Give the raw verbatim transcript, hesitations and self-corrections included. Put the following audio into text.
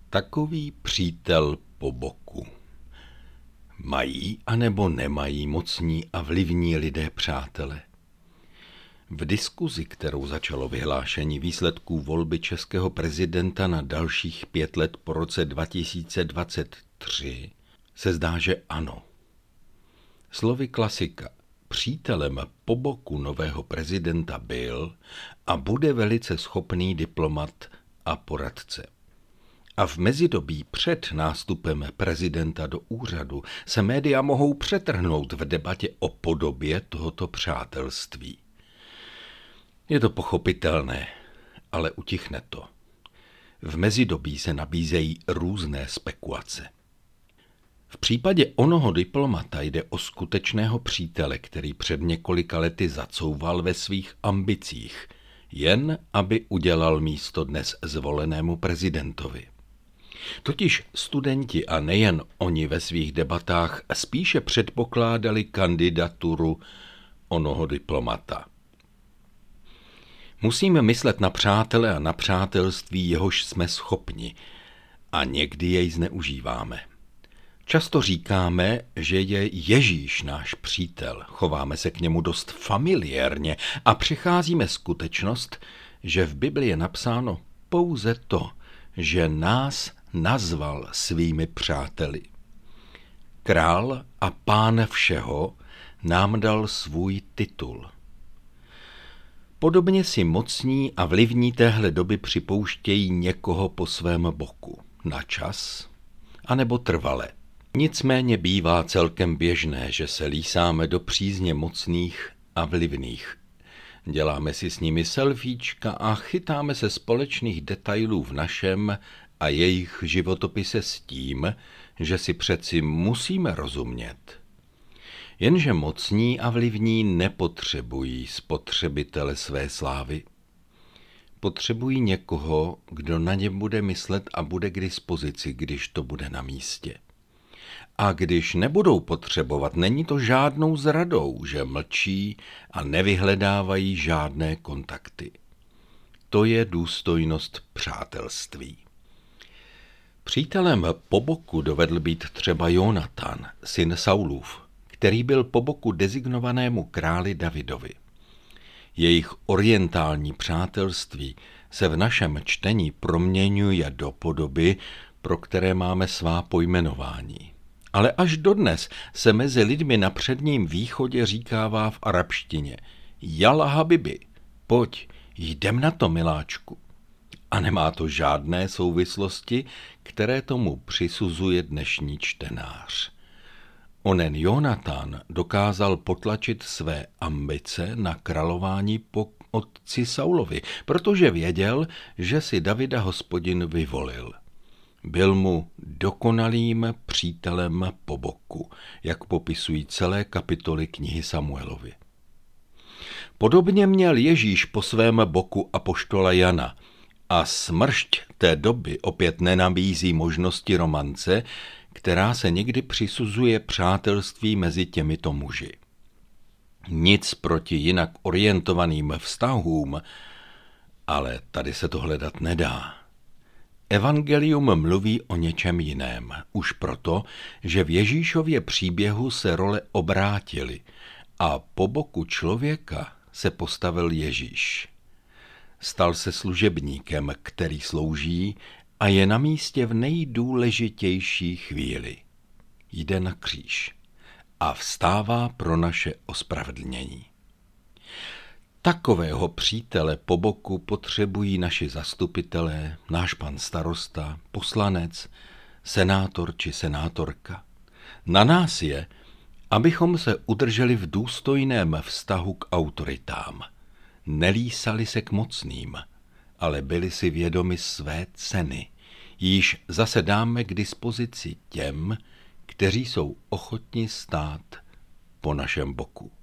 Takový přítel po boku. Mají anebo nemají mocní a vlivní lidé přátele? V diskuzi, kterou začalo vyhlášení výsledků volby českého prezidenta na dalších pět let po roce dva tisíce dvacet tři, se zdá, že ano. Slovy klasika, přítelem po boku nového prezidenta byl a bude velice schopný diplomat a poradce. A v mezidobí před nástupem prezidenta do úřadu se média mohou přetrhnout v debatě o podobě tohoto přátelství. Je to pochopitelné, ale utichne to. V mezidobí se nabízejí různé spekulace. V případě onoho diplomata jde o skutečného přítele, který před několika lety zacouval ve svých ambicích, jen aby udělal místo dnes zvolenému prezidentovi. Totiž studenti a nejen oni ve svých debatách spíše předpokládali kandidaturu onoho diplomata. Musíme myslet na přátele a na přátelství, jehož jsme schopni, a někdy jej zneužíváme. Často říkáme, že je Ježíš náš přítel, chováme se k němu dost familiérně a přicházíme skutečnost, že v Bibli je napsáno pouze to, že nás nazval svými přáteli. Král a pán všeho nám dal svůj titul. Podobně si mocní a vlivní téhle doby připouštějí někoho po svém boku, na čas, anebo trvale. Nicméně bývá celkem běžné, že se lísáme do přízně mocných a vlivných. Děláme si s nimi selfiečka a chytáme se společných detailů v našem a jejich životopise s tím, že si přeci musíme rozumět. Jenže mocní a vlivní nepotřebují spotřebitele své slávy. Potřebují někoho, kdo na ně bude myslet a bude k dispozici, když to bude na místě. A když nebudou potřebovat, není to žádnou zradou, že mlčí a nevyhledávají žádné kontakty. To je důstojnost přátelství. Přítelem po boku dovedl být třeba Jonatan, syn Saulův, který byl po boku designovanému králi Davidovi. Jejich orientální přátelství se v našem čtení proměňuje do podoby, pro které máme svá pojmenování. Ale až dodnes se mezi lidmi na Předním východě říkává v arabštině Jala habibi, pojď, jdem na to, miláčku. A nemá to žádné souvislosti, které tomu přisuzuje dnešní čtenář. Onen Jonatan dokázal potlačit své ambice na králování po otci Saulovi, protože věděl, že si Davida Hospodin vyvolil. Byl mu dokonalým přítelem po boku, jak popisují celé kapitoly knihy Samuelovy. Podobně měl Ježíš po svém boku apoštola Jana a smršť té doby opět nenabízí možnosti romance, která se někdy přisuzuje přátelství mezi těmito muži. Nic proti jinak orientovaným vztahům, ale tady se to hledat nedá. Evangelium mluví o něčem jiném, už proto, že v Ježíšově příběhu se role obrátily a po boku člověka se postavil Ježíš. Stal se služebníkem, který slouží a je na místě v nejdůležitější chvíli. Jde na kříž a vstává pro naše ospravedlnění. Takového přítele po boku potřebují naši zastupitelé, náš pan starosta, poslanec, senátor či senátorka. Na nás je, abychom se udrželi v důstojném vztahu k autoritám. Nelísali se k mocným, ale byli si vědomi své ceny, již zase dáme k dispozici těm, kteří jsou ochotni stát po našem boku.